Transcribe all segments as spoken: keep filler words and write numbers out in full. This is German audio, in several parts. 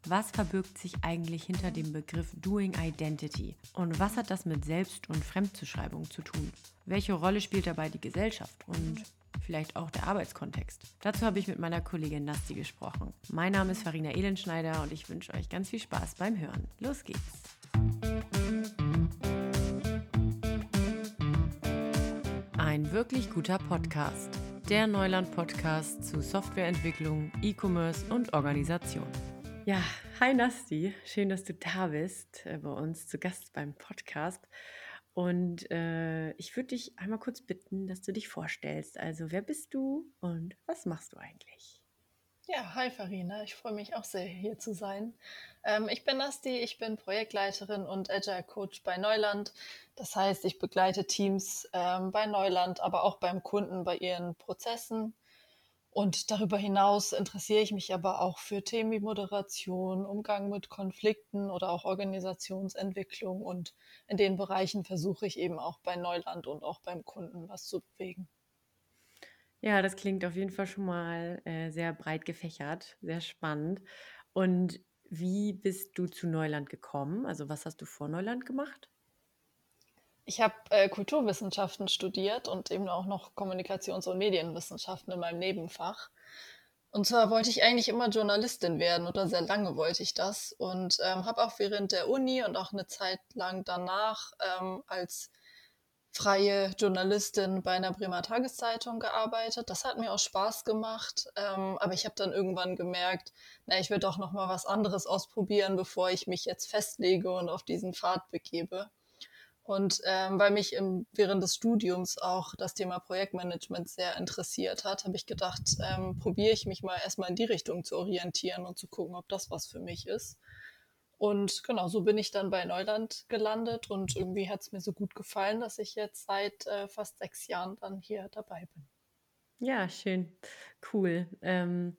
Was verbirgt sich eigentlich hinter dem Begriff Doing Identity? Und was hat das mit Selbst- und Fremdzuschreibung zu tun? Welche Rolle spielt dabei die Gesellschaft und vielleicht auch der Arbeitskontext? Dazu habe ich mit meiner Kollegin Nasti gesprochen. Mein Name ist Farina Ehlenschneider und ich wünsche euch ganz viel Spaß beim Hören. Los geht's! Ein wirklich guter Podcast. Der Neuland-Podcast zu Softwareentwicklung, E-Commerce und Organisation. Ja, hi Nasti, schön, dass du da bist, äh, bei uns zu Gast beim Podcast. Und äh, ich würde dich einmal kurz bitten, dass du dich vorstellst. Also, wer bist du und was machst du eigentlich? Ja, hi Farina, ich freue mich auch sehr, hier zu sein. Ähm, ich bin Nasti, ich bin Projektleiterin und Agile Coach bei Neuland. Das heißt, ich begleite Teams ähm, bei Neuland, aber auch beim Kunden bei ihren Prozessen. Und darüber hinaus interessiere ich mich aber auch für Themen wie Moderation, Umgang mit Konflikten oder auch Organisationsentwicklung. Und in den Bereichen versuche ich eben auch bei Neuland und auch beim Kunden was zu bewegen. Ja, das klingt auf jeden Fall schon mal äh, sehr breit gefächert, sehr spannend. Und wie bist du zu Neuland gekommen? Also, was hast du vor Neuland gemacht? Ich habe äh, Kulturwissenschaften studiert und eben auch noch Kommunikations- und Medienwissenschaften in meinem Nebenfach. Und zwar wollte ich eigentlich immer Journalistin werden oder sehr lange wollte ich das und ähm, habe auch während der Uni und auch eine Zeit lang danach ähm, als freie Journalistin bei einer Bremer Tageszeitung gearbeitet. Das hat mir auch Spaß gemacht, ähm, aber ich habe dann irgendwann gemerkt, na, ich will doch noch mal was anderes ausprobieren, bevor ich mich jetzt festlege und auf diesen Pfad begebe. Und ähm, weil mich im, während des Studiums auch das Thema Projektmanagement sehr interessiert hat, habe ich gedacht, ähm, probiere ich mich mal erstmal in die Richtung zu orientieren und zu gucken, ob das was für mich ist. Und genau, so bin ich dann bei Neuland gelandet und irgendwie hat es mir so gut gefallen, dass ich jetzt seit äh, fast sechs Jahren dann hier dabei bin. Ja, schön, cool. Ähm,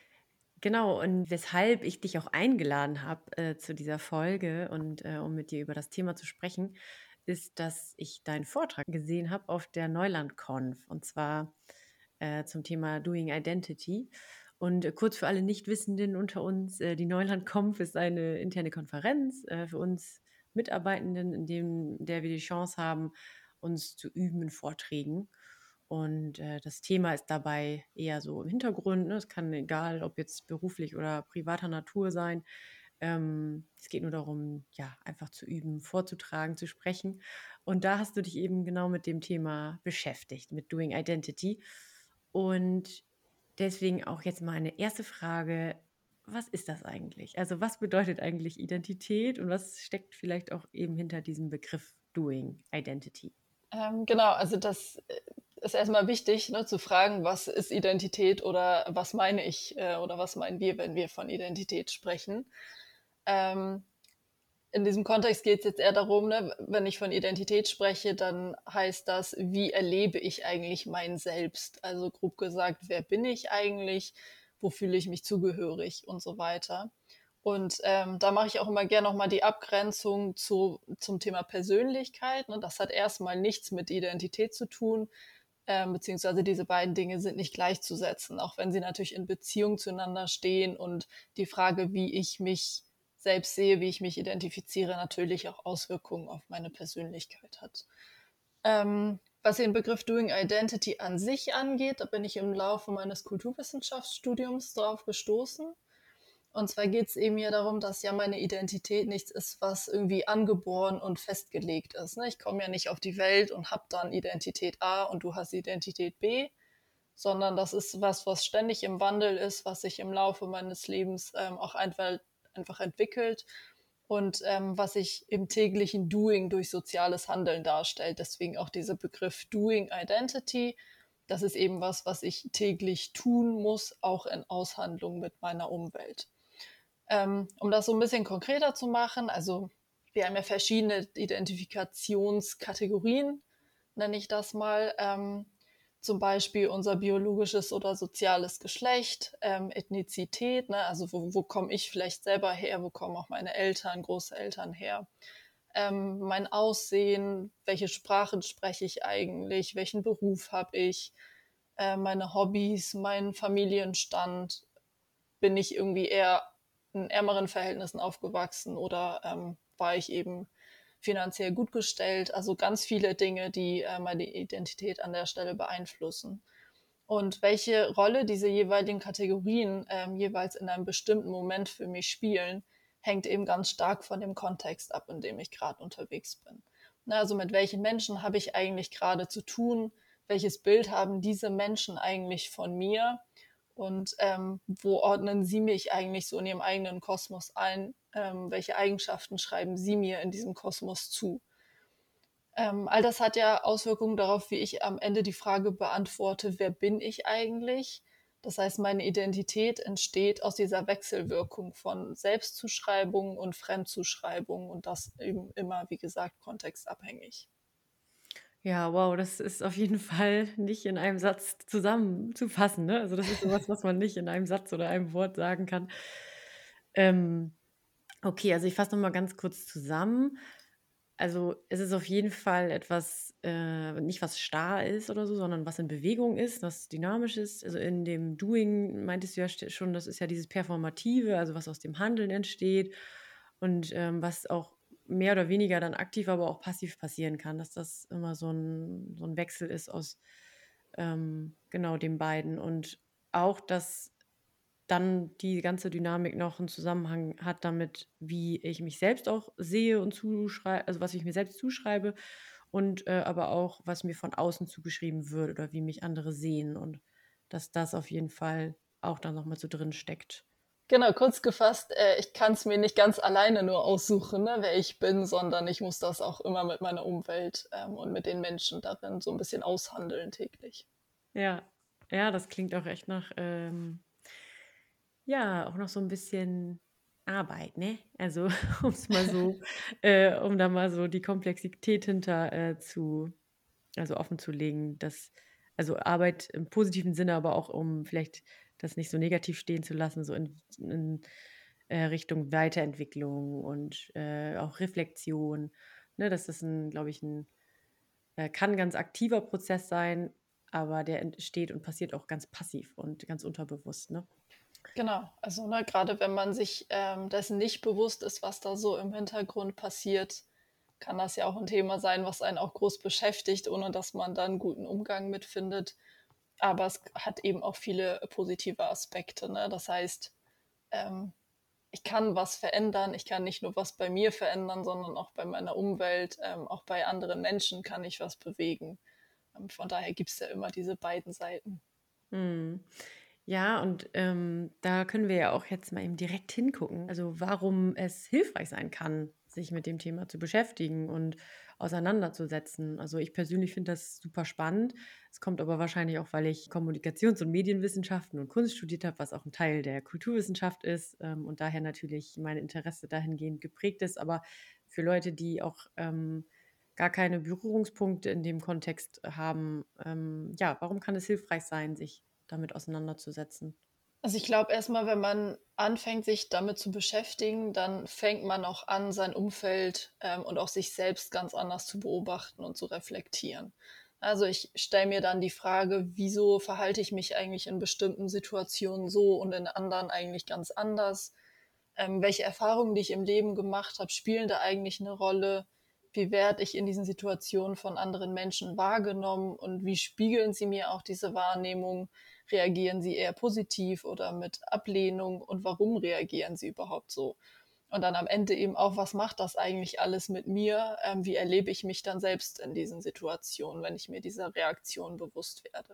genau, und weshalb ich dich auch eingeladen habe äh, zu dieser Folge und äh, um mit dir über das Thema zu sprechen, ist, dass ich deinen Vortrag gesehen habe auf der Neuland-Conf und zwar äh, zum Thema Doing Identity. Und äh, kurz für alle Nichtwissenden unter uns, äh, die Neuland-Conf ist eine interne Konferenz äh, für uns Mitarbeitenden, in dem, in der wir die Chance haben, uns zu üben in Vorträgen. Und äh, das Thema ist dabei eher so im Hintergrund. Ne? Es kann egal, ob jetzt beruflich oder privater Natur sein. Ähm, es geht nur darum, ja, einfach zu üben, vorzutragen, zu sprechen. Und da hast du dich eben genau mit dem Thema beschäftigt, mit Doing Identity. Und deswegen auch jetzt mal eine erste Frage. Was ist das eigentlich? Also was bedeutet eigentlich Identität und was steckt vielleicht auch eben hinter diesem Begriff Doing Identity? Ähm, genau, also das äh, ist erstmal wichtig, ne, zu fragen, was ist Identität oder was meine ich äh, oder was meinen wir, wenn wir von Identität sprechen. Ähm, in diesem Kontext geht es jetzt eher darum, ne, wenn ich von Identität spreche, dann heißt das, wie erlebe ich eigentlich mein Selbst? Also grob gesagt, wer bin ich eigentlich? Wo fühle ich mich zugehörig und so weiter. Und ähm, da mache ich auch immer gerne nochmal die Abgrenzung zu, zum Thema Persönlichkeit. Ne? Das hat erstmal nichts mit Identität zu tun, ähm, beziehungsweise diese beiden Dinge sind nicht gleichzusetzen, auch wenn sie natürlich in Beziehung zueinander stehen und die Frage, wie ich mich selbst sehe, wie ich mich identifiziere, natürlich auch Auswirkungen auf meine Persönlichkeit hat. Ähm, was den Begriff Doing Identity an sich angeht, da bin ich im Laufe meines Kulturwissenschaftsstudiums drauf gestoßen. Und zwar geht es eben ja darum, dass ja meine Identität nichts ist, was irgendwie angeboren und festgelegt ist. Ne? Ich komme ja nicht auf die Welt und habe dann Identität A und du hast Identität B, sondern das ist was, was ständig im Wandel ist, was sich im Laufe meines Lebens ähm, auch einfach, einfach entwickelt und ähm, was sich im täglichen Doing durch soziales Handeln darstellt. Deswegen auch dieser Begriff Doing Identity. Das ist eben was, was ich täglich tun muss, auch in Aushandlung mit meiner Umwelt. Ähm, um das so ein bisschen konkreter zu machen, also wir haben ja verschiedene Identifikationskategorien, nenne ich das mal. Ähm, zum Beispiel unser biologisches oder soziales Geschlecht, ähm, Ethnizität, ne? Also wo, wo komme ich vielleicht selber her, wo kommen auch meine Eltern, Großeltern her, ähm, mein Aussehen, welche Sprachen spreche ich eigentlich, welchen Beruf habe ich, äh, meine Hobbys, mein Familienstand, bin ich irgendwie eher in ärmeren Verhältnissen aufgewachsen oder ähm, war ich eben finanziell gut gestellt. Also ganz viele Dinge, die äh, meine Identität an der Stelle beeinflussen. Und welche Rolle diese jeweiligen Kategorien ähm, jeweils in einem bestimmten Moment für mich spielen, hängt eben ganz stark von dem Kontext ab, in dem ich gerade unterwegs bin. Na, also mit welchen Menschen habe ich eigentlich gerade zu tun? Welches Bild haben diese Menschen eigentlich von mir? Und ähm, wo ordnen sie mich eigentlich so in ihrem eigenen Kosmos ein? Ähm, welche Eigenschaften schreiben sie mir in diesem Kosmos zu? Ähm, all das hat ja Auswirkungen darauf, wie ich am Ende die Frage beantworte, wer bin ich eigentlich? Das heißt, meine Identität entsteht aus dieser Wechselwirkung von Selbstzuschreibung und Fremdzuschreibung und das eben immer, wie gesagt, kontextabhängig. Ja, wow, das ist auf jeden Fall nicht in einem Satz zusammenzufassen, ne? Also, das ist so was, was man nicht in einem Satz oder einem Wort sagen kann. Ähm, okay, also ich fasse noch mal ganz kurz zusammen. Also, es ist auf jeden Fall etwas, äh, nicht was starr ist oder so, sondern was in Bewegung ist, was dynamisch ist. Also, in dem Doing meintest du ja st schon, das ist ja dieses Performative, also was aus dem Handeln entsteht und, ähm, was auch mehr oder weniger dann aktiv, aber auch passiv passieren kann, dass das immer so ein so 'n Wechsel ist aus, ähm, genau den beiden. Und auch, dass dann die ganze Dynamik noch 'n Zusammenhang hat damit, wie ich mich selbst auch sehe und zuschrei also, was ich mir selbst zuschreibe und, äh, aber auch, was mir von außen zugeschrieben wird oder wie mich andere sehen und dass das auf jeden Fall auch da noch mal so drin steckt. Genau, kurz gefasst, äh, ich kann es mir nicht ganz alleine nur aussuchen, ne, wer ich bin, sondern ich muss das auch immer mit meiner Umwelt ähm, und mit den Menschen darin so ein bisschen aushandeln täglich. Ja. Ja, das klingt auch echt nach, ähm ja, auch noch so 'n bisschen Arbeit, ne? Also, um's mal so äh, um da mal so die Komplexität hinter, äh, zu also, offenzulegen, dass also, Arbeit im positiven Sinne, aber auch um vielleicht das nicht so negativ stehen zu lassen, so in in, äh, Richtung Weiterentwicklung und, äh, auch Reflexion, ne? Das ist 'n glaube ich, 'n äh, kann 'n ganz aktiver Prozess sein, aber der entsteht und passiert auch ganz passiv und ganz unterbewusst, ne? Genau, also, ne, grade wenn man sich, ähm, dessen nicht bewusst ist, was da so im Hintergrund passiert, kann das ja auch ein Thema sein, was einen auch groß beschäftigt, ohne dass man da 'n guten Umgang mit findet. Aber es hat eben auch viele positive Aspekte, ne? Das heißt, ähm, ich kann was verändern. Ich kann nicht nur was bei mir verändern, sondern auch bei meiner Umwelt, ähm, auch bei anderen Menschen kann ich was bewegen. Ähm, von daher gibt's ja immer diese beiden Seiten. Mhm. Ja, und, ähm, da können wir ja auch jetzt mal eben direkt hingucken, also warum es hilfreich sein kann, sich mit dem Thema zu beschäftigen und auseinanderzusetzen. Also, ich persönlich finde das super spannend. Es kommt aber wahrscheinlich auch, weil ich Kommunikations und Medienwissenschaften und Kunst studiert habe, was auch ein Teil der Kulturwissenschaft ist, ähm, und daher natürlich mein Interesse dahingehend geprägt ist. Aber für Leute, die auch, ähm, gar keine Berührungspunkte in dem Kontext haben, ähm, ja, warum kann es hilfreich sein, sich damit auseinanderzusetzen? Also, ich glaube erst mal, wenn man anfängt, sich damit zu beschäftigen, dann fängt man auch an, sein Umfeld, ähm, und auch sich selbst ganz anders zu beobachten und zu reflektieren. Also, ich stelle mir dann die Frage: „Wieso verhalte ich mich eigentlich in bestimmten Situationen so und in anderen eigentlich ganz anders?“ Ähm, welche Erfahrungen, die ich im Leben gemacht habe, spielen da eigentlich eine Rolle? Wie werde ich in diesen Situationen von anderen Menschen wahrgenommen und wie spiegeln sie mir auch diese Wahrnehmung? Reagieren sie eher positiv oder mit Ablehnung und warum reagieren sie überhaupt so? Und dann am Ende eben auch, was macht das eigentlich alles mit mir? Ähm, wie erlebe ich mich dann selbst in diesen Situationen, wenn ich mir dieser Reaktion bewusst werde?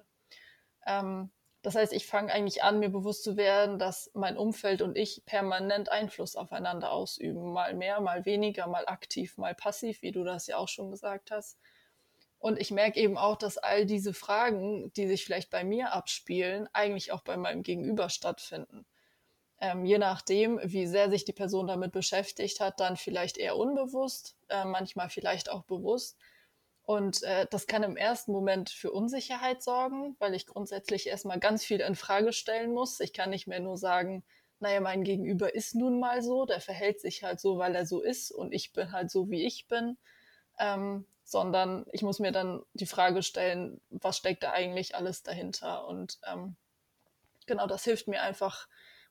Ähm, das heißt, ich fange eigentlich an, mir bewusst zu werden, dass mein Umfeld und ich permanent Einfluss aufeinander ausüben. Mal mehr, mal weniger, mal aktiv, mal passiv, wie du das ja auch schon gesagt hast. Und ich merke eben auch, dass all diese Fragen, die sich vielleicht bei mir abspielen, eigentlich auch bei meinem Gegenüber stattfinden. Ähm, je nachdem, wie sehr sich die Person damit beschäftigt hat, dann vielleicht eher unbewusst, äh, manchmal vielleicht auch bewusst. Und, äh, das kann im ersten Moment für Unsicherheit sorgen, weil ich grundsätzlich erst mal ganz viel in Frage stellen muss. Ich kann nicht mehr nur sagen: „Na ja, mein Gegenüber ist nun mal so, der verhält sich halt so, weil er so ist und ich bin halt so, wie ich bin.“ Ähm, sondern ich muss mir dann die Frage stellen: „Was steckt da eigentlich alles dahinter?“ Und, ähm, genau, das hilft mir einfach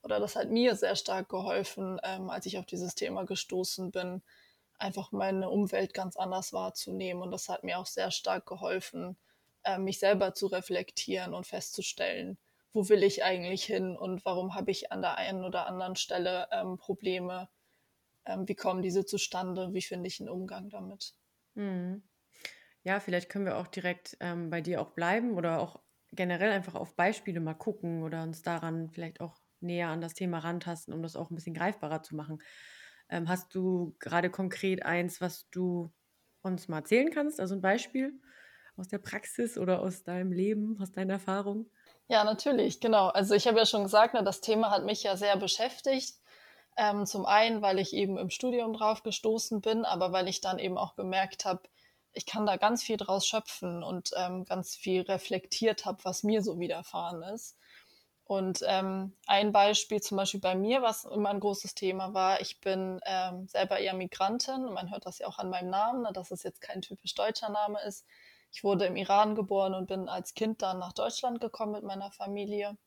oder das hat mir sehr stark geholfen, ähm, als ich auf dieses Thema gestoßen bin, einfach meine Umwelt ganz anders wahrzunehmen. Und das hat mir auch sehr stark geholfen, äh, mich selber zu reflektieren und festzustellen, wo will ich eigentlich hin und warum habe ich an der einen oder anderen Stelle ähm, Probleme, ähm, wie kommen diese zustande, wie finde ich einen Umgang damit. Mhm. Ja, vielleicht können wir auch direkt, ähm, bei dir auch bleiben oder auch generell einfach auf Beispiele mal gucken oder uns daran vielleicht auch näher an das Thema rantasten, um das auch ein bisschen greifbarer zu machen. Ähm, hast du gerade konkret eins, was du uns mal erzählen kannst, also ein Beispiel aus der Praxis oder aus deinem Leben, aus deiner Erfahrung? Ja, natürlich, genau. Also, ich habe ja schon gesagt, ne, das Thema hat mich ja sehr beschäftigt. Ähm, zum einen, weil ich eben im Studium drauf gestoßen bin, aber weil ich dann eben auch gemerkt habe, ich kann da ganz viel draus schöpfen und, ähm, ganz viel reflektiert habe, was mir so widerfahren ist. Und, ähm, ein Beispiel zum Beispiel bei mir, was immer ein großes Thema war, ich bin, ähm, selber eher Migrantin. Man hört das ja auch an meinem Namen, ne, dass es jetzt kein typisch deutscher Name ist. Ich wurde im Iran geboren und bin als Kind dann nach Deutschland gekommen mit meiner Familie.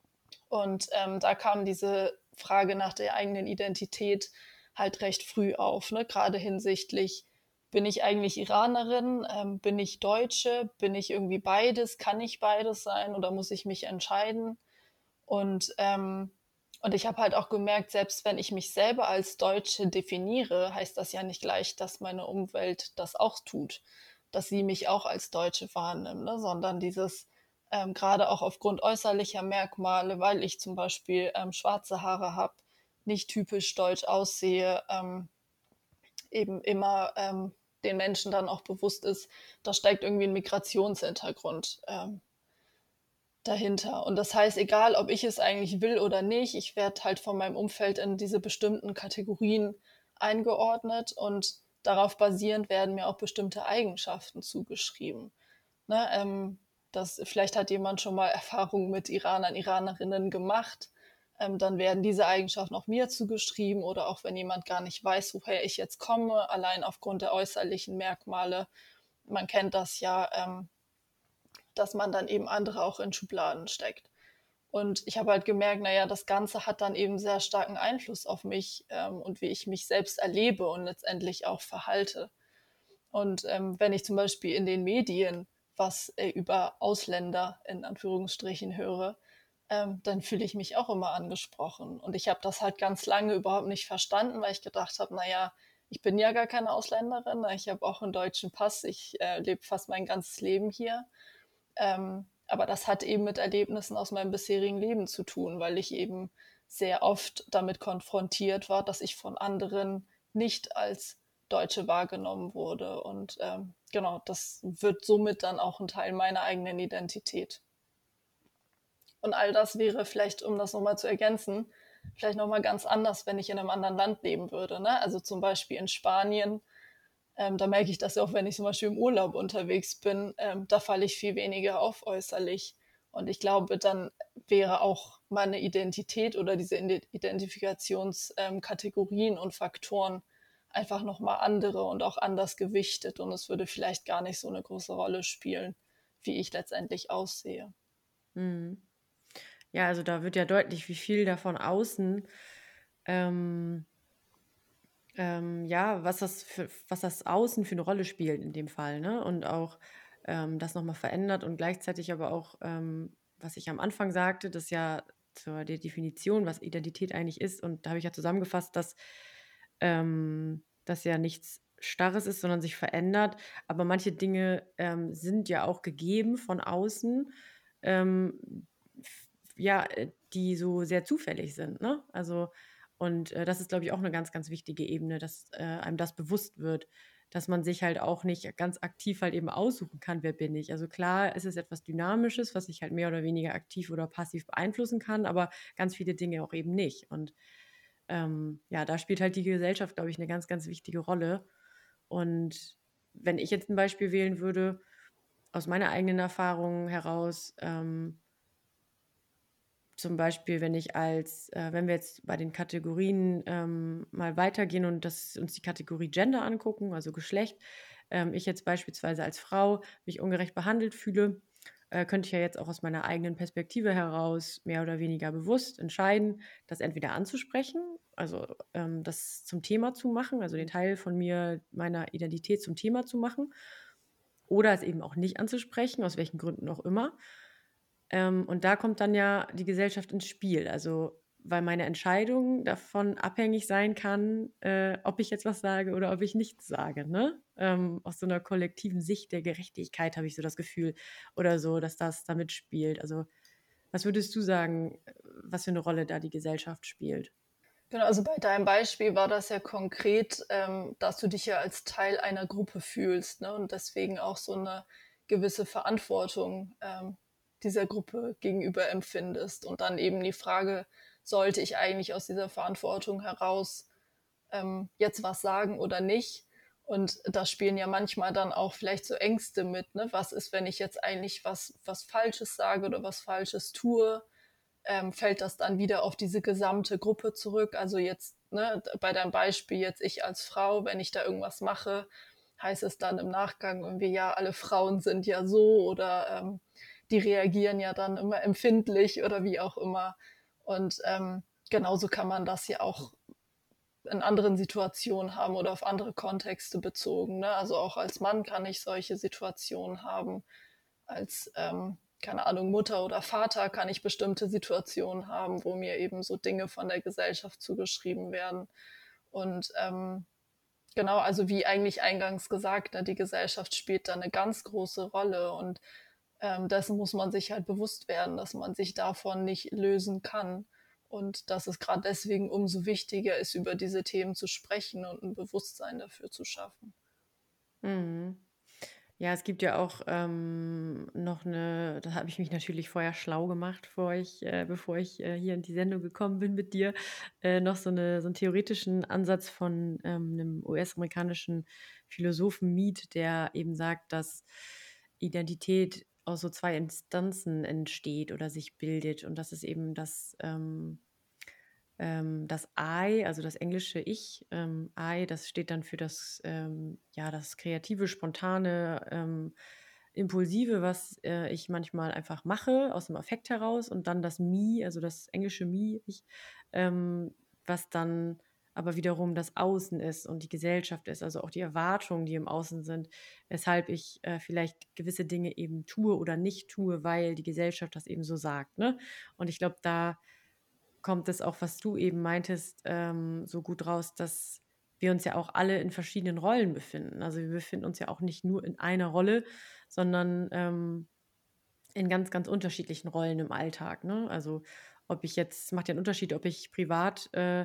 Und, ähm, da kam diese Frage nach der eigenen Identität halt recht früh auf, ne? Grade hinsichtlich: „Bin ich eigentlich Iranerin? Ähm, bin ich Deutsche? Bin ich irgendwie beides? Kann ich beides sein oder muss ich mich entscheiden?“ Und, ähm und ich habe halt auch gemerkt, selbst wenn ich mich selber als Deutsche definiere, heißt das ja nicht gleich, dass meine Umwelt das auch tut, dass sie mich auch als Deutsche wahrnimmt, ne? Sondern dieses, ähm, grade auch aufgrund äußerlicher Merkmale, weil ich zum Beispiel, ähm, schwarze Haare habe, nicht typisch deutsch aussehe, ähm, eben immer, ähm, den Menschen dann auch bewusst ist, da steckt irgendwie 'n Migrationshintergrund, ähm, dahinter. Und das heißt, egal, ob ich es eigentlich will oder nicht, ich werde halt von meinem Umfeld in diese bestimmten Kategorien eingeordnet und darauf basierend werden mir auch bestimmte Eigenschaften zugeschrieben. Ne, ähm, das vielleicht hat jemand schon mal Erfahrungen mit Iranern, Iranerinnen gemacht, ähm, dann werden diese Eigenschaften auch mir zugeschrieben oder auch wenn jemand gar nicht weiß, woher ich jetzt komme, allein aufgrund der äußerlichen Merkmale. Man kennt das ja, ähm, dass man dann eben andere auch in Schubladen steckt. Und ich habe halt gemerkt, na ja, das Ganze hat dann eben sehr starken Einfluss auf mich, ähm, und wie ich mich selbst erlebe und letztendlich auch verhalte. Und, ähm, wenn ich zum Beispiel in den Medien was, äh, über Ausländer in Anführungsstrichen höre, ähm, dann fühle ich mich auch immer angesprochen. Und ich habe das halt ganz lange überhaupt nicht verstanden, weil ich gedacht habe: „Na ja, ich bin ja gar keine Ausländerin, ne? Ich habe auch einen deutschen Pass. Ich, äh, lebe fast mein ganzes Leben hier.“ ähm, aber das hat eben mit Erlebnissen aus meinem bisherigen Leben zu tun, weil ich eben sehr oft damit konfrontiert war, dass ich von anderen nicht als Deutsche wahrgenommen wurde. Und ähm, genau, das wird somit dann auch ein Teil meiner eigenen Identität. Und all das wäre vielleicht, um das nochmal zu ergänzen, vielleicht nochmal ganz anders, wenn ich in einem anderen Land leben würde. Ne? Also zum Beispiel in Spanien, ähm, da merke ich das ja auch, wenn ich zum Beispiel im Urlaub unterwegs bin, ähm, da falle ich viel weniger auf äußerlich. Und ich glaube, dann wäre auch meine Identität oder diese Identifikationskategorien und Faktoren einfach nochmal andere und auch anders gewichtet. Und es würde vielleicht gar nicht so eine große Rolle spielen, wie ich letztendlich aussehe. Mhm. Ja, also da wird ja deutlich, wie viel da von außen, ähm Ähm, ja, was das für was das Außen für eine Rolle spielt in dem Fall, ne? Und auch, ähm, das noch mal verändert und gleichzeitig aber auch, ähm, was ich am Anfang sagte, das ja zur der Definition, was Identität eigentlich ist. Und da habe ich ja zusammengefasst, dass, ähm, das ja nichts Starres ist, sondern sich verändert. Aber manche Dinge, ähm, sind ja auch gegeben von außen, ähm, f ja, äh, die so sehr zufällig sind, ne? Also, und, äh, das ist, glaube ich, auch eine ganz, ganz wichtige Ebene, dass, äh, einem das bewusst wird, dass man sich halt auch nicht ganz aktiv halt eben aussuchen kann: „Wer bin ich?“ Also, klar, ist es etwas Dynamisches, was ich halt mehr oder weniger aktiv oder passiv beeinflussen kann, aber ganz viele Dinge auch eben nicht. Und, ähm, ja, da spielt halt die Gesellschaft, glaube ich, eine ganz, ganz wichtige Rolle. Und wenn ich jetzt ein Beispiel wählen würde, aus meiner eigenen Erfahrung heraus, ähm zum Beispiel, wenn ich als äh, wenn wir jetzt bei den Kategorien, ähm, mal weitergehen und das uns die Kategorie Gender angucken, also Geschlecht, ähm, ich jetzt beispielsweise als Frau mich ungerecht behandelt fühle, äh, könnte ich ja jetzt auch aus meiner eigenen Perspektive heraus mehr oder weniger bewusst entscheiden, das entweder anzusprechen, also, ähm, das zum Thema zu machen, also den Teil von mir, meiner Identität zum Thema zu machen oder es eben auch nicht anzusprechen, aus welchen Gründen auch immer. Ähm, und da kommt dann ja die Gesellschaft ins Spiel. Also, weil meine Entscheidung davon abhängig sein kann, äh, ob ich jetzt was sage oder ob ich nichts sage, ne? Ähm, aus so einer kollektiven Sicht der Gerechtigkeit habe ich so das Gefühl oder so, dass das da mitspielt. Also, was würdest du sagen, äh, was für eine Rolle da die Gesellschaft spielt? Genau, also bei deinem Beispiel war das ja konkret, ähm, dass du dich ja als Teil einer Gruppe fühlst, ne, und deswegen auch so eine gewisse Verantwortung, ähm, dieser Gruppe gegenüber empfindest. Und dann eben die Frage: „Sollte ich eigentlich aus dieser Verantwortung heraus, ähm, jetzt was sagen oder nicht?“ Und da spielen ja manchmal dann auch vielleicht so Ängste mit, ne? Was ist, wenn ich jetzt eigentlich was was Falsches sage oder was Falsches tue? Ähm, fällt das dann wieder auf diese gesamte Gruppe zurück? Also jetzt, ne, bei deinem Beispiel jetzt ich als Frau, wenn ich da irgendwas mache, heißt es dann im Nachgang irgendwie, ja, alle Frauen sind ja so oder ähm, die reagieren ja dann immer empfindlich oder wie auch immer. Und ähm, genauso kann man das ja auch in anderen Situationen haben oder auf andere Kontexte bezogen. Ne? Also auch als Mann kann ich solche Situationen haben. Als, ähm, keine Ahnung, Mutter oder Vater kann ich bestimmte Situationen haben, wo mir eben so Dinge von der Gesellschaft zugeschrieben werden. Und ähm, genau, also wie eigentlich eingangs gesagt, ne, die Gesellschaft spielt da eine ganz große Rolle und ähm, dessen muss man sich halt bewusst werden, dass man sich davon nicht lösen kann und dass es gerade deswegen umso wichtiger ist, über diese Themen zu sprechen und ein Bewusstsein dafür zu schaffen. Mhm. Ja, es gibt ja auch, ähm, noch eine. Da habe ich mich natürlich vorher schlau gemacht, bevor ich äh, bevor ich, äh, hier in die Sendung gekommen bin mit dir, äh, noch so 'ne so 'n theoretischen Ansatz von, ähm, 'nem U S-amerikanischen Philosophen Mead, der eben sagt, dass Identität aus so zwei Instanzen entsteht oder sich bildet und das ist eben das, ähm ähm, das I, also das englische Ich, ähm, I, das steht dann für das, ähm, ja, das kreative, spontane, ähm, impulsive, was, äh, ich manchmal einfach mache aus dem Affekt heraus und dann das Me, also das englische Me, ich, ähm, was dann aber wiederum das Außen ist und die Gesellschaft ist, also auch die Erwartungen, die im Außen sind, weshalb ich, äh, vielleicht gewisse Dinge eben tue oder nicht tue, weil die Gesellschaft das eben so sagt, ne? Und ich glaube, da kommt es auch, was du eben meintest, ähm, so gut raus, dass wir uns ja auch alle in verschiedenen Rollen befinden. Also, wir befinden uns ja auch nicht nur in einer Rolle, sondern, ähm, in ganz, ganz unterschiedlichen Rollen im Alltag, ne? Also, ob ich jetzt es macht ja 'n Unterschied, ob ich privat, äh,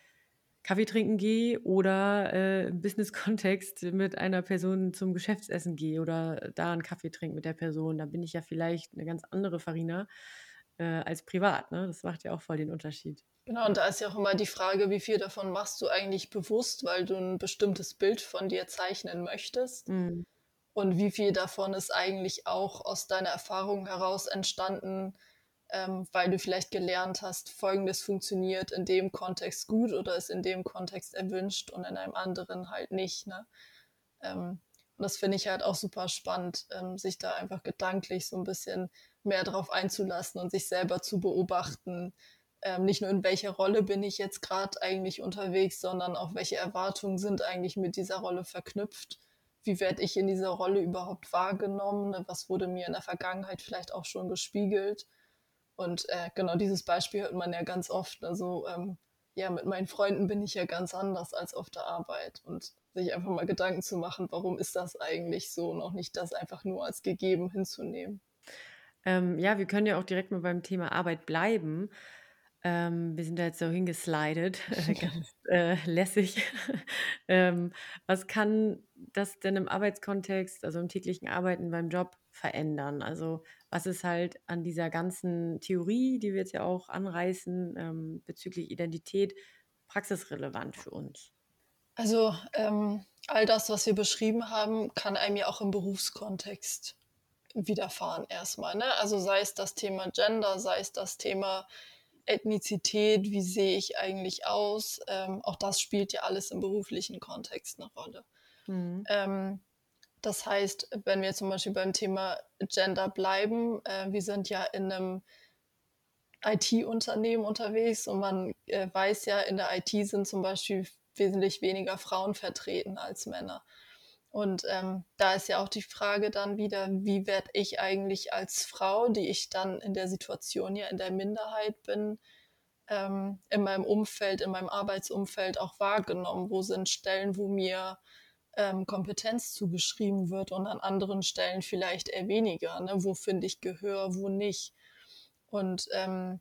Kaffee trinken gehe oder, äh, im Business-Kontext mit einer Person zum Geschäftsessen gehe oder da einen Kaffee trinke mit der Person. Da bin ich ja vielleicht eine ganz andere Farina, äh, als privat, ne? Das macht ja auch voll den Unterschied. Genau, und da ist ja auch immer die Frage, wie viel davon machst du eigentlich bewusst, weil du ein bestimmtes Bild von dir zeichnen möchtest? Mhm. Und wie viel davon ist eigentlich auch aus deiner Erfahrung heraus entstanden, ähm, weil du vielleicht gelernt hast, Folgendes funktioniert in dem Kontext gut oder ist in dem Kontext erwünscht und in einem anderen halt nicht, ne? Ähm, und das finde ich halt auch super spannend, ähm, sich da einfach gedanklich so ein bisschen mehr drauf einzulassen und sich selber zu beobachten. Ähm, nicht nur in welcher Rolle bin ich jetzt gerade eigentlich unterwegs, sondern auch welche Erwartungen sind eigentlich mit dieser Rolle verknüpft. Wie werde ich in dieser Rolle überhaupt wahrgenommen? Ne? Was wurde mir in der Vergangenheit vielleicht auch schon gespiegelt? Und äh, genau dieses Beispiel hört man ja ganz oft. Also ähm, ja, mit meinen Freunden bin ich ja ganz anders als auf der Arbeit. Und sich einfach mal Gedanken zu machen, warum ist das eigentlich so und auch nicht das einfach nur als gegeben hinzunehmen. Ähm, ja, wir können ja auch direkt mal beim Thema Arbeit bleiben. Ähm, wir sind da jetzt so hingeslidet, äh, ganz, äh, lässig. Ähm, was kann das denn im Arbeitskontext, also im täglichen Arbeiten beim Job verändern? Also, was ist halt an dieser ganzen Theorie, die wir jetzt ja auch anreißen, ähm, bezüglich Identität praxisrelevant für uns? Also ähm, all das, was wir beschrieben haben, kann einem ja auch im Berufskontext widerfahren erstmal. Ne? Also sei es das Thema Gender, sei es das Thema Ethnizität, wie sehe ich eigentlich aus? Ähm, auch das spielt ja alles im beruflichen Kontext eine Rolle. Mhm. Ähm, Das heißt, wenn wir zum Beispiel beim Thema Gender bleiben, äh, wir sind ja in 'nem I T-Unternehmen unterwegs und man, äh, weiß ja, in der I T sind zum Beispiel wesentlich weniger Frauen vertreten als Männer. Und, ähm, da ist ja auch die Frage dann wieder, wie werde ich eigentlich als Frau, die ich dann in der Situation ja in der Minderheit bin, ähm, in meinem Umfeld, in meinem Arbeitsumfeld auch wahrgenommen? Wo sind Stellen, wo mir, ähm, Kompetenz zugeschrieben wird und an anderen Stellen vielleicht eher weniger, ne? Wo finde ich Gehör, wo nicht? Und, ähm,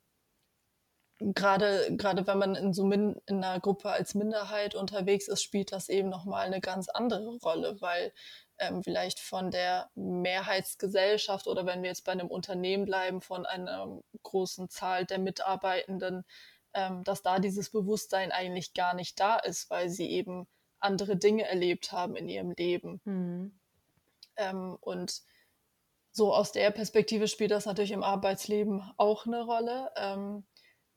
grade grade wenn man in so min in 'ner Gruppe als Minderheit unterwegs ist, spielt das eben noch mal 'ne ganz andere Rolle, weil, ähm, vielleicht von der Mehrheitsgesellschaft oder wenn wir jetzt bei 'nem Unternehmen bleiben, von einer großen Zahl der Mitarbeitenden, ähm, dass da dieses Bewusstsein eigentlich gar nicht da ist, weil sie eben andere Dinge erlebt haben in ihrem Leben. Mhm. Ähm, und so aus der Perspektive spielt das natürlich im Arbeitsleben auch 'ne Rolle. Ähm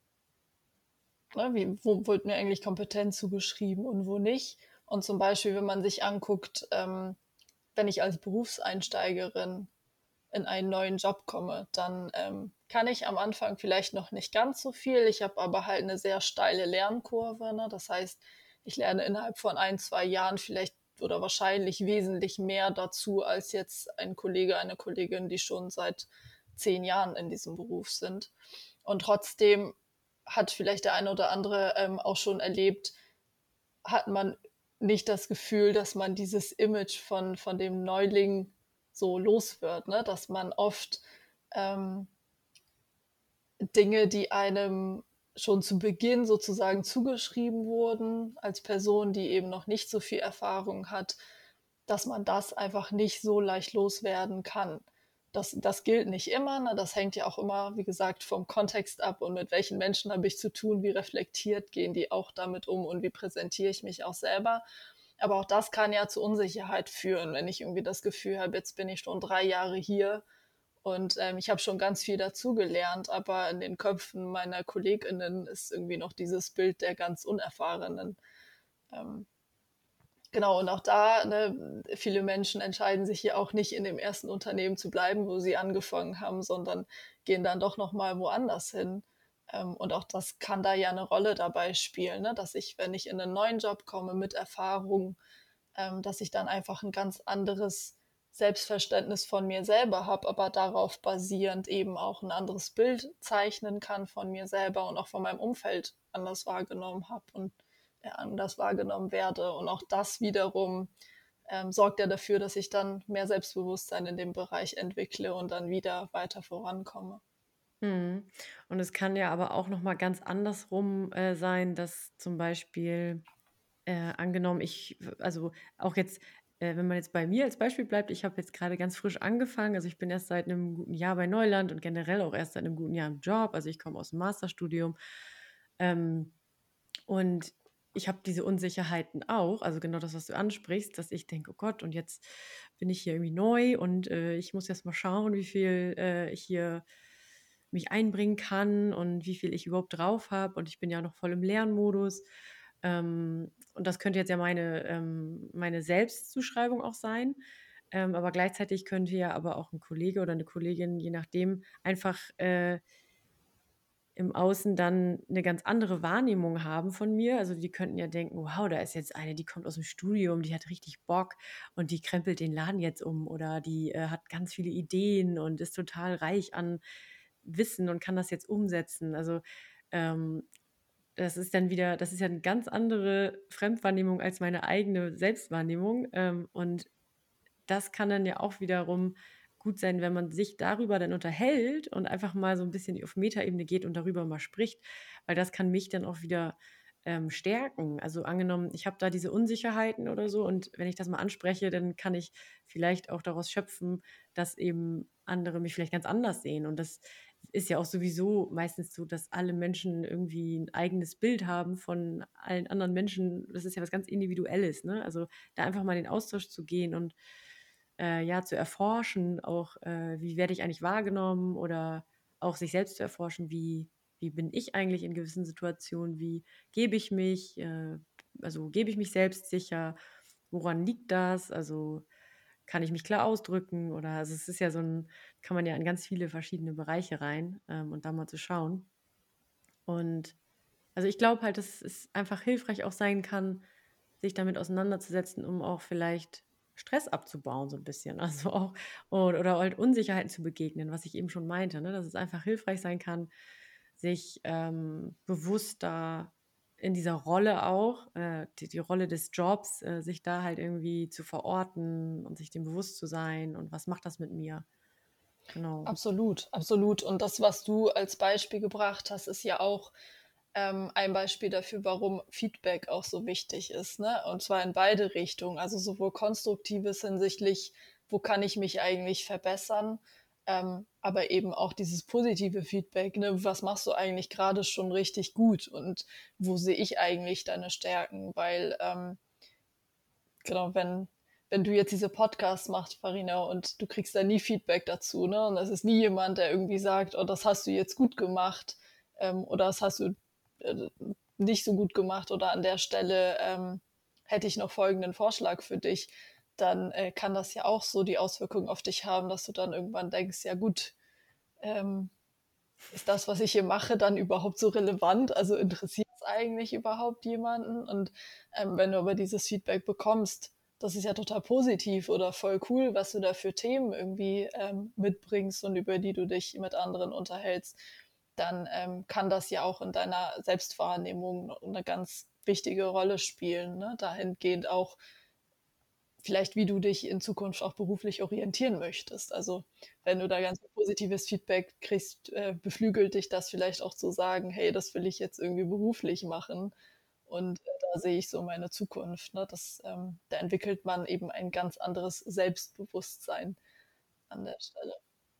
ne, wie wo wird mir eigentlich Kompetenz zugeschrieben und wo nicht? Und zum Beispiel, wenn man sich anguckt, ähm, wenn ich als Berufseinsteigerin in einen neuen Job komme, dann, ähm, kann ich am Anfang vielleicht noch nicht ganz so viel. Ich habe aber halt 'ne sehr steile Lernkurve, ne? Das heißt, ich lerne innerhalb von ein, zwei Jahren vielleicht oder wahrscheinlich wesentlich mehr dazu als jetzt ein Kollege, eine Kollegin, die schon seit zehn Jahren in diesem Beruf sind. Und trotzdem hat vielleicht der eine oder andere, ähm, auch schon erlebt hat man nicht das Gefühl, dass man dieses Image von von dem Neuling so los wird, ne? Dass man oft, ähm Dinge, die einem schon zu Beginn sozusagen zugeschrieben wurden, als Person, die eben noch nicht so viel Erfahrung hat, dass man das einfach nicht so leicht loswerden kann. Das das gilt nicht immer, ne? Das hängt ja auch immer, wie gesagt, vom Kontext ab und mit welchen Menschen habe ich zu tun, wie reflektiert gehen die auch damit um und wie präsentiere ich mich auch selber. Aber auch das kann ja zu Unsicherheit führen, wenn ich irgendwie das Gefühl habe, jetzt bin ich schon drei Jahre hier und, ähm, ich habe schon ganz viel dazugelernt, aber in den Köpfen meiner KollegInnen ist irgendwie noch dieses Bild der ganz Unerfahrenen. Ähm Genau, und auch da, ne, viele Menschen entscheiden sich ja auch nicht in dem ersten Unternehmen zu bleiben, wo sie angefangen haben, sondern gehen dann doch noch mal woanders hin. Ähm, und auch das kann da ja 'ne Rolle dabei spielen, ne, dass ich, wenn ich in 'nen neuen Job komme mit Erfahrung, ähm, dass ich dann einfach 'n ganz anderes Selbstverständnis von mir selber habe, aber darauf basierend eben auch 'n anderes Bild zeichnen kann von mir selber und auch von meinem Umfeld anders wahrgenommen habe und, ja, anders wahrgenommen werde. Und auch das wiederum, ähm, sorgt ja dafür, dass ich dann mehr Selbstbewusstsein in dem Bereich entwickle und dann wieder weiter vorankomme. Mhm. Und es kann ja aber auch noch mal ganz andersrum, äh, sein, dass zum Beispiel, äh, angenommen, ich w also, auch jetzt, äh, wenn man jetzt bei mir als Beispiel bleibt, ich habe jetzt grade ganz frisch angefangen. Also, ich bin erst seit 'nem guten Jahr bei Neuland und generell auch erst seit 'nem guten Jahr im Job. Also, ich komme aus'm Masterstudium. Ähm, und ich habe diese Unsicherheiten auch, also, genau das, was du ansprichst, dass ich denke: „Oh Gott, und jetzt bin ich hier irgendwie neu und, äh, ich muss erst mal schauen, wie viel, äh, ich hier mich einbringen kann und wie viel ich überhaupt drauf habe und ich bin ja noch voll im Lernmodus.“ Ähm, und das könnte jetzt ja meine ähm, meine Selbstzuschreibung auch sein. Ähm, aber gleichzeitig könnte ja aber auch 'n Kollege oder 'ne Kollegin, je nachdem, einfach, äh im Außen dann 'ne ganz andere Wahrnehmung haben von mir. Also, die könnten ja denken: „Wow, da ist jetzt eine, die kommt aus'm Studium, die hat richtig Bock und die krempelt den Laden jetzt um oder die, äh, hat ganz viele Ideen und ist total reich an Wissen und kann das jetzt umsetzen.“ Also, ähm, das ist dann wieder das ist ja 'ne ganz andere Fremdwahrnehmung als meine eigene Selbstwahrnehmung. Ähm, und das kann dann ja auch wiederum gut sein, wenn man sich darüber dann unterhält und einfach mal so 'n bisschen auf Metaebene geht und darüber mal spricht, weil das kann mich dann auch wieder, ähm, stärken. Also, angenommen, ich habe da diese Unsicherheiten oder so und wenn ich das mal anspreche, dann kann ich vielleicht auch daraus schöpfen, dass eben andere mich vielleicht ganz anders sehen. Und das ist ja auch sowieso meistens so, dass alle Menschen irgendwie 'n eigenes Bild haben von allen anderen Menschen. Das ist ja was ganz Individuelles, ne? Also, da einfach mal in den Austausch zu gehen und, äh, ja, zu erforschen auch, äh, wie werde ich eigentlich wahrgenommen oder auch sich selbst zu erforschen, wie wie bin ich eigentlich in gewissen Situationen, wie gebe ich mich, äh also, gebe ich mich selbstsicher, woran liegt das? Also kann ich mich klar ausdrücken oder also, es ist ja so 'n kann man ja in ganz viele verschiedene Bereiche rein, ähm, und da mal zu schauen. Und also, ich glaube halt, dass es einfach hilfreich auch sein kann, sich damit auseinanderzusetzen, um auch vielleicht Stress abzubauen so 'n bisschen. Also, auch od oder halt Unsicherheiten zu begegnen, was ich eben schon meinte, ne, dass es einfach hilfreich sein kann, sich, ähm, bewusster in dieser Rolle auch, äh, die die Rolle des Jobs, äh, sich da halt irgendwie zu verorten und sich dem bewusst zu sein und was macht das mit mir? Genau. Absolut, absolut. Und das, was du als Beispiel gebracht hast, ist ja auch, ähm, ein Beispiel dafür, warum Feedback auch so wichtig ist, ne? Und zwar in beide Richtungen. Also, sowohl Konstruktives hinsichtlich: „Wo kann ich mich eigentlich verbessern?“ Ähm, aber eben auch dieses positive Feedback, ne? „Was machst du eigentlich grade schon richtig gut und wo sehe ich eigentlich deine Stärken?“ Weil, ähm genau, wenn wenn du jetzt diese Podcasts machst, Farina, und du kriegst da nie Feedback dazu, ne? Und es ist nie jemand, der irgendwie sagt: „Oh, das hast du jetzt gut gemacht“, ähm, oder „Das hast du, äh, nicht so gut gemacht“ oder „An der Stelle, ähm, hätte ich noch folgenden Vorschlag für dich“, dann, äh, kann das ja auch so die Auswirkung auf dich haben, dass du dann irgendwann denkst: „Ja gut, ähm, ist das, was ich hier mache, dann überhaupt so relevant? Also, interessiert's eigentlich überhaupt jemanden?“ Und, ähm, wenn du aber dieses Feedback bekommst: „Das ist ja total positiv oder voll cool, was du da für Themen irgendwie, ähm, mitbringst und über die du dich mit anderen unterhältst“, dann, ähm, kann das ja auch in deiner Selbstwahrnehmung 'ne ganz wichtige Rolle spielen, ne? Dahingehend auch vielleicht, wie du dich in Zukunft auch beruflich orientieren möchtest. Also, wenn du da ganz positives Feedback kriegst, äh, beflügelt dich das vielleicht auch zu sagen: „Hey, das will ich jetzt irgendwie beruflich machen und, äh, da sehe ich so meine Zukunft“, ne? Das, ähm da entwickelt man eben ein ganz anderes Selbstbewusstsein an der Stelle.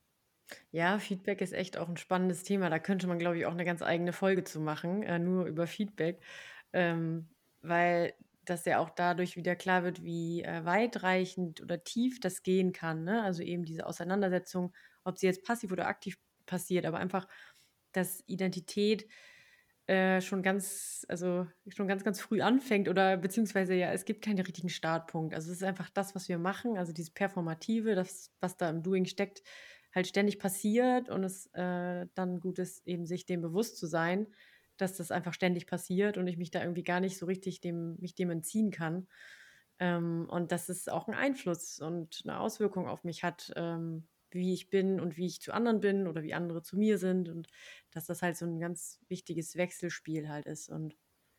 Ja, Feedback ist echt auch 'n spannendes Thema. Da könnte man, glaube ich, auch 'ne ganz eigene Folge zu machen, äh, nur über Feedback, ähm, weil das ja auch dadurch wieder klar wird, wie, äh, weitreichend oder tief das gehen kann, ne? Also, eben diese Auseinandersetzung, ob sie jetzt passiv oder aktiv passiert, aber einfach, dass Identität, äh, schon ganz also, schon ganz, ganz früh anfängt oder beziehungsweise ja, es gibt keinen richtigen Startpunkt. Also, es ist einfach das, was wir machen, also, dieses Performative, das, was da im Doing steckt, halt ständig passiert und es, äh, dann gut ist, eben sich dem bewusst zu sein, dass das einfach ständig passiert und ich mich da irgendwie gar nicht so richtig dem mich dem entziehen kann. Ähm, und dass es auch 'n Einfluss und 'ne Auswirkung auf mich hat, ähm, wie ich bin und wie ich zu anderen bin oder wie andere zu mir sind und dass das halt so 'n ganz wichtiges Wechselspiel halt ist und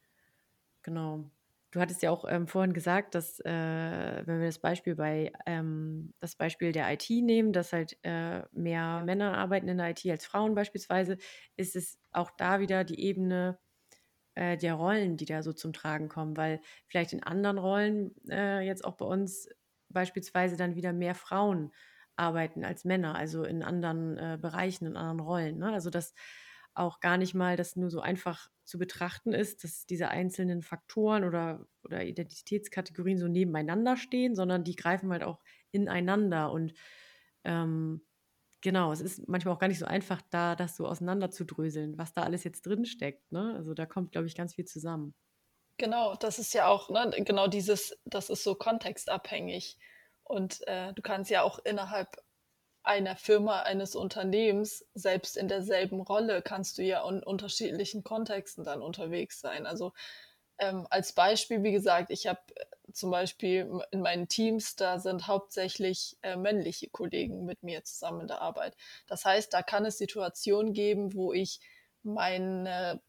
genau. Du hattest ja auch, ähm, vorhin gesagt, dass, äh, wenn wir das Beispiel bei ähm, das Beispiel der IT nehmen, dass halt, äh, mehr Männer arbeiten in der IT als Frauen beispielsweise, ist es auch da wieder die Ebene, äh, der Rollen, die da so zum Tragen kommen, weil vielleicht in anderen Rollen, äh, jetzt auch bei uns beispielsweise dann wieder mehr Frauen arbeiten als Männer, also, in anderen, äh, Bereichen, in anderen Rollen, ne? Also, dass auch gar nicht mal das nur so einfach zu betrachten ist, dass diese einzelnen Faktoren oder oder Identitätskategorien so nebeneinander stehen, sondern die greifen halt auch ineinander und, ähm, genau, es ist manchmal auch gar nicht so einfach, da das so auseinanderzudröseln, was da alles jetzt drinsteckt, ne? Also, da kommt, glaube ich, ganz viel zusammen. Genau, das ist ja auch, ne, genau dieses das ist so kontextabhängig. Und, äh, du kannst ja auch innerhalb einer Firma, eines Unternehmens selbst in derselben Rolle kannst du ja in unterschiedlichen Kontexten dann unterwegs sein. Also, ähm, als Beispiel, wie gesagt, ich habe, äh, zum Beispiel m in meinen Teams, da sind hauptsächlich, äh, männliche Kollegen mit mir zusammen in der Arbeit. Das heißt, da kann es Situationen geben, wo ich meine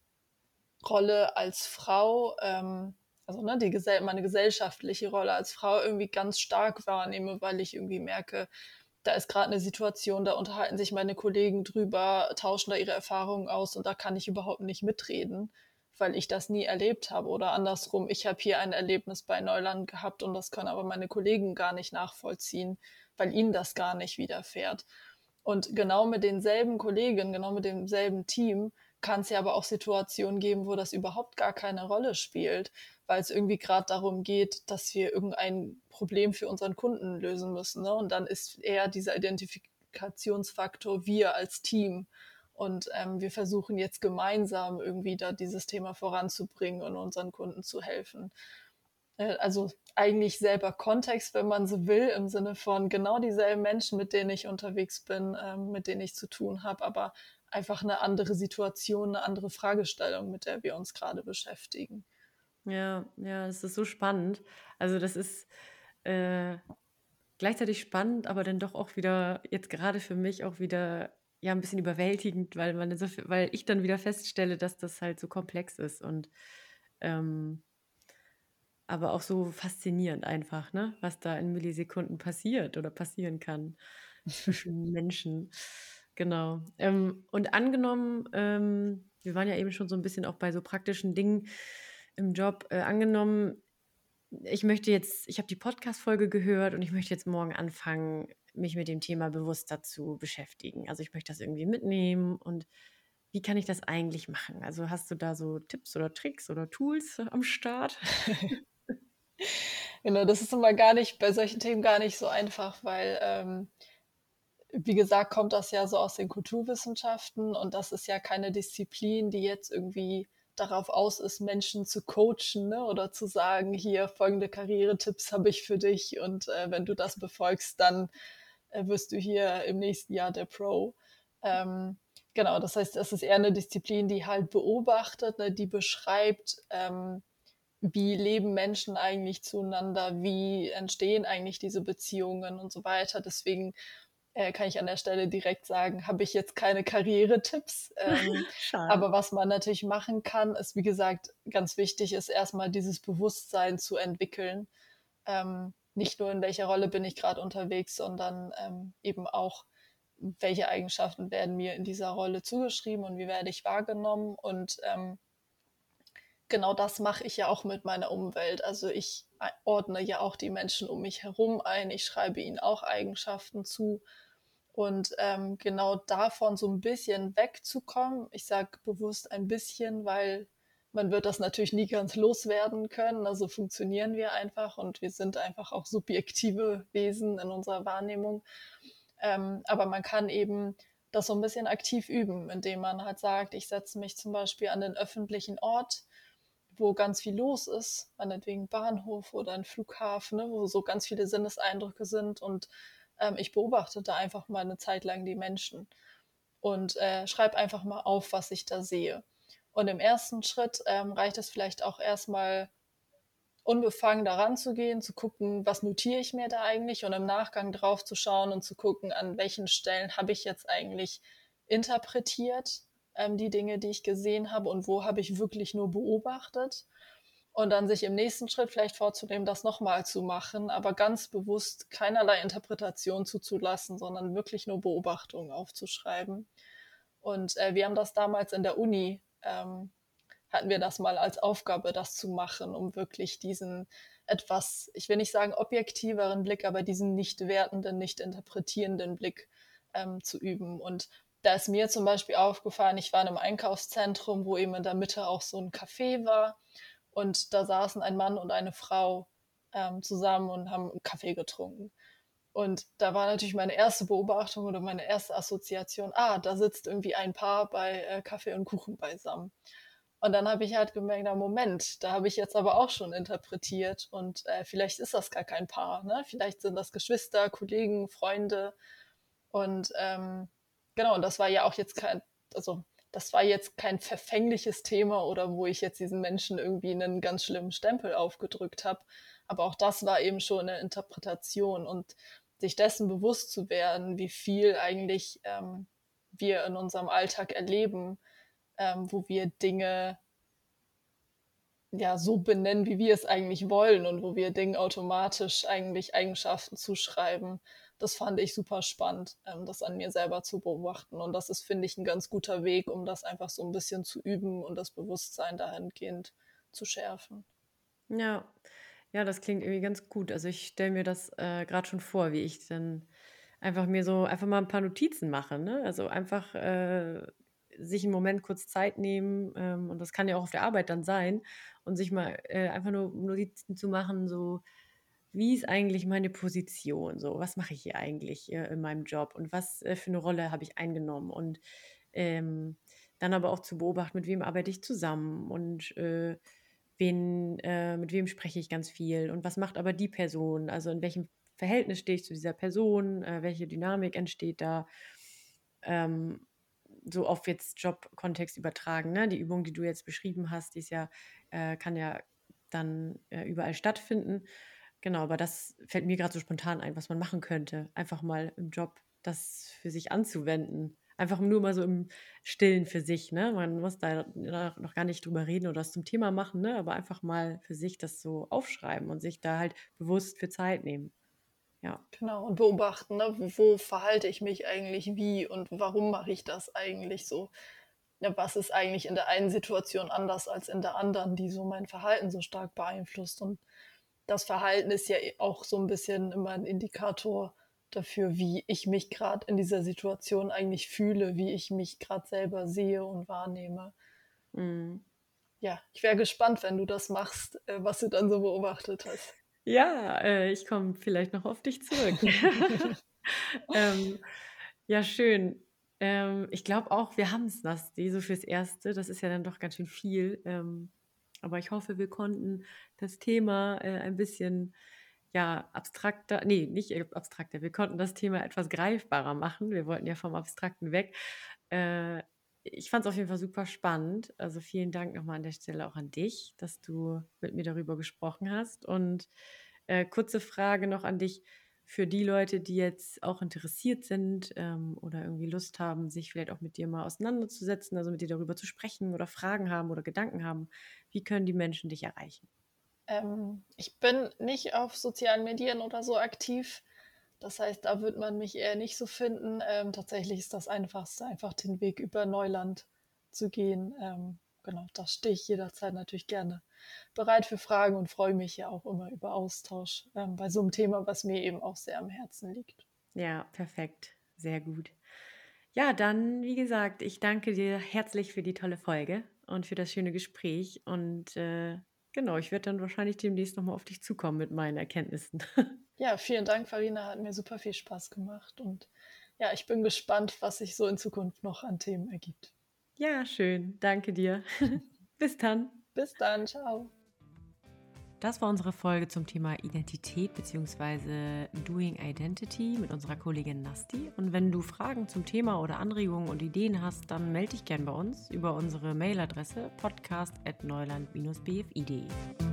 Rolle als Frau, ähm also, ne, die gesell meine gesellschaftliche Rolle als Frau irgendwie ganz stark wahrnehme, weil ich irgendwie merke, da ist grad 'ne Situation, da unterhalten sich meine Kollegen drüber, tauschen da ihre Erfahrungen aus und da kann ich überhaupt nicht mitreden, weil ich das nie erlebt habe. Oder andersrum, ich habe hier ein Erlebnis bei Neuland gehabt und das können aber meine Kollegen gar nicht nachvollziehen, weil ihnen das gar nicht widerfährt. Und genau mit denselben Kollegen, genau mit demselben Team kann's ja aber auch Situationen geben, wo das überhaupt gar keine Rolle spielt, weil's irgendwie grad darum geht, dass wir irgendein Problem für unseren Kunden lösen müssen, ne? Und dann ist eher dieser Identifikationsfaktor wir als Team. Und, ähm, wir versuchen jetzt gemeinsam irgendwie da dieses Thema voranzubringen und unseren Kunden zu helfen. Äh, also eigentlich selber Kontext, wenn man so will, im Sinne von genau dieselben Menschen, mit denen ich unterwegs bin, ähm, mit denen ich zu tun habe, aber einfach eine andere Situation, eine andere Fragestellung, mit der wir uns gerade beschäftigen. Ja, ja, das ist so spannend. Also, das ist, äh, gleichzeitig spannend, aber dann doch auch wieder jetzt gerade für mich auch wieder, ja, ein bisschen überwältigend, weil man so v weil ich dann wieder feststelle, dass das halt so komplex ist und, ähm aber auch so faszinierend einfach, ne, was da in Millisekunden passiert oder passieren kann zwischen Menschen. Genau. Ähm, und angenommen, ähm, wir waren ja eben schon so ein bisschen auch bei so praktischen Dingen im Job. Äh, angenommen, ich möchte jetzt ich habe die Podcast-Folge gehört und ich möchte jetzt morgen anfangen, mich mit dem Thema bewusster zu beschäftigen. Also, ich möchte das irgendwie mitnehmen und wie kann ich das eigentlich machen? Also, hast du da so Tipps oder Tricks oder Tools am Start? Genau, das ist immer gar nicht bei solchen Themen gar nicht so einfach, weil, ähm, wie gesagt, kommt das ja so aus den Kulturwissenschaften und das ist ja keine Disziplin, die jetzt irgendwie darauf aus ist, Menschen zu coachen, ne, oder zu sagen: „Hier, folgende Karrieretipps habe ich für dich und, äh, wenn du das befolgst, dann, äh, wirst du hier im nächsten Jahr der Pro.“ Ähm, genau, das heißt, das ist eher eine Disziplin, die halt beobachtet, ne, die beschreibt, ähm, wie leben Menschen eigentlich zueinander, wie entstehen eigentlich diese Beziehungen und so weiter. Deswegen äh, kann ich an der Stelle direkt sagen, habe ich jetzt keine Karrieretipps. Ähm, Schade. aber was man natürlich machen kann, ist, wie gesagt, ganz wichtig ist erstmal dieses Bewusstsein zu entwickeln. Ähm, nicht nur in welcher Rolle bin ich gerade unterwegs, sondern ähm, eben auch, welche Eigenschaften werden mir in dieser Rolle zugeschrieben und wie werde ich wahrgenommen. Und ähm, genau das mache ich ja auch mit meiner Umwelt. Also ich ordne ja auch die Menschen um mich herum ein. Ich schreibe ihnen auch Eigenschaften zu. Und ähm, genau davon so ein bisschen wegzukommen, ich sage bewusst ein bisschen, weil man wird das natürlich nie ganz loswerden können. Also funktionieren wir einfach und wir sind einfach auch subjektive Wesen in unserer Wahrnehmung. Ähm, aber man kann eben das so ein bisschen aktiv üben, indem man halt sagt, ich setze mich zum Beispiel an den öffentlichen Ort, wo ganz viel los ist, meinetwegen Bahnhof oder ein Flughafen, ne, wo so ganz viele Sinneseindrücke sind und ähm, ich beobachte da einfach mal eine Zeit lang die Menschen und äh, schreibe einfach mal auf, was ich da sehe. Und im ersten Schritt ähm, reicht es vielleicht auch erstmal unbefangen daran zu gehen, zu gucken, was notiere ich mir da eigentlich und im Nachgang drauf zu schauen und zu gucken, an welchen Stellen habe ich jetzt eigentlich interpretiert, ähm, die Dinge, die ich gesehen habe und wo habe ich wirklich nur beobachtet und dann sich im nächsten Schritt vielleicht vorzunehmen, das nochmal zu machen, aber ganz bewusst keinerlei Interpretation zuzulassen, sondern wirklich nur Beobachtungen aufzuschreiben. Und äh, wir haben das damals in der Uni, ähm, hatten wir das mal als Aufgabe, das zu machen, um wirklich diesen etwas, ich will nicht sagen objektiveren Blick, aber diesen nicht wertenden, nicht interpretierenden Blick ähm, zu üben. Und da ist mir zum Beispiel aufgefallen, ich war in einem Einkaufszentrum, wo eben in der Mitte auch so ein Café war und da saßen ein Mann und eine Frau ähm, zusammen und haben einen Kaffee getrunken. Und da war natürlich meine erste Beobachtung oder meine erste Assoziation, ah, da sitzt irgendwie ein Paar bei äh, Kaffee und Kuchen beisammen. Und dann habe ich halt gemerkt, na Moment, da habe ich jetzt aber auch schon interpretiert und äh, vielleicht ist das gar kein Paar, ne? Vielleicht sind das Geschwister, Kollegen, Freunde und ähm, genau, und das war ja auch jetzt kein, also das war jetzt kein verfängliches Thema oder wo ich jetzt diesen Menschen irgendwie einen ganz schlimmen Stempel aufgedrückt habe. Aber auch das war eben schon eine Interpretation und sich dessen bewusst zu werden, wie viel eigentlich ähm, wir in unserem Alltag erleben, ähm, wo wir Dinge ja so benennen, wie wir es eigentlich wollen und wo wir Dingen automatisch eigentlich Eigenschaften zuschreiben. Das fand ich super spannend, ähm, das an mir selber zu beobachten. Und das ist, finde ich, ein ganz guter Weg, um das einfach so ein bisschen zu üben und das Bewusstsein dahingehend zu schärfen. Ja. Ja, das klingt irgendwie ganz gut. Also, ich stelle mir das, äh, grad schon vor, wie ich dann einfach mir so einfach mal ein paar Notizen mache, ne? Also, einfach, äh, sich einen Moment kurz Zeit nehmen, ähm, und das kann ja auch auf der Arbeit dann sein und sich mal, äh, einfach nur Notizen zu machen, so: „Wie ist eigentlich meine Position so? Was mache ich hier eigentlich, äh, in meinem Job und was, äh, für eine Rolle habe ich eingenommen?“ Und, ähm, dann aber auch zu beobachten, mit wem arbeite ich zusammen und, äh wen, äh, mit wem spreche ich ganz viel und was macht aber die Person? Also in welchem Verhältnis stehe ich zu dieser Person? Äh, welche Dynamik entsteht da? Ähm, so auf jetzt Jobkontext übertragen, ne? Die Übung, die du jetzt beschrieben hast, die ist ja, äh, kann ja dann äh, überall stattfinden. Genau, aber das fällt mir gerade so spontan ein, was man machen könnte. Einfach mal im Job das für sich anzuwenden. Einfach nur mal so im Stillen für sich, ne? Man muss da no noch gar nicht drüber reden oder es zum Thema machen, ne? Aber einfach mal für sich das so aufschreiben und sich da halt bewusst für Zeit nehmen. Ja. Genau, und beobachten, ne? Wo wo verhalte ich mich eigentlich wie und warum mache ich das eigentlich so? Ja, was ist eigentlich in der einen Situation anders als in der anderen, die so mein Verhalten so stark beeinflusst? Und das Verhalten ist ja eh auch so ein bisschen immer ein Indikator dafür, wie ich mich gerade in dieser Situation eigentlich fühle, wie ich mich gerade selber sehe und wahrnehme. Mhm. Ja, ich wäre gespannt, wenn du das machst, äh, was du dann so beobachtet hast. Ja, äh, ich komme vielleicht noch auf dich zurück. Ähm, ja, schön. Ähm, ich glaube auch, wir haben's, Nasti, so fürs Erste. Das ist ja dann doch ganz schön viel. Ähm, aber ich hoffe, wir konnten das Thema, äh, ein bisschen, ja, abstrakter ne, nicht äh, abstrakter. Wir konnten das Thema etwas greifbarer machen. Wir wollten ja vom Abstrakten weg. Äh, Ich fand es auf jeden Fall super spannend. Also, vielen Dank noch mal an der Stelle auch an dich, dass du mit mir darüber gesprochen hast. Und, äh, kurze Frage noch an dich für die Leute, die jetzt auch interessiert sind, ähm, oder irgendwie Lust haben, sich vielleicht auch mit dir mal auseinanderzusetzen, also mit dir darüber zu sprechen oder Fragen haben oder Gedanken haben. Wie können die Menschen dich erreichen? Ähm, ich bin nicht auf sozialen Medien oder so aktiv. Das heißt, da wird man mich eher nicht so finden. Ähm, tatsächlich ist das Einfachste, einfach den Weg über Neuland zu gehen. Ähm, genau, da stehe ich jederzeit natürlich gerne bereit für Fragen und freue mich ja auch immer über Austausch ähm, bei so einem Thema, was mir eben auch sehr am Herzen liegt. Ja, perfekt. Sehr gut. Ja, dann, wie gesagt, ich danke dir herzlich für die tolle Folge und für das schöne Gespräch. Und äh, genau, ich werde dann wahrscheinlich demnächst nochmal auf dich zukommen mit meinen Erkenntnissen. Ja, vielen Dank, Farina, hat mir super viel Spaß gemacht und ja, ich bin gespannt, was sich so in Zukunft noch an Themen ergibt. Ja, schön. Danke dir. Bis dann. Bis dann, ciao. Das war unsere Folge zum Thema Identität bzw. Doing Identity mit unserer Kollegin Nasti. Und wenn du Fragen zum Thema oder Anregungen und Ideen hast, dann melde dich gern bei uns über unsere Mailadresse podcast at neuland dash b f i punkt d e.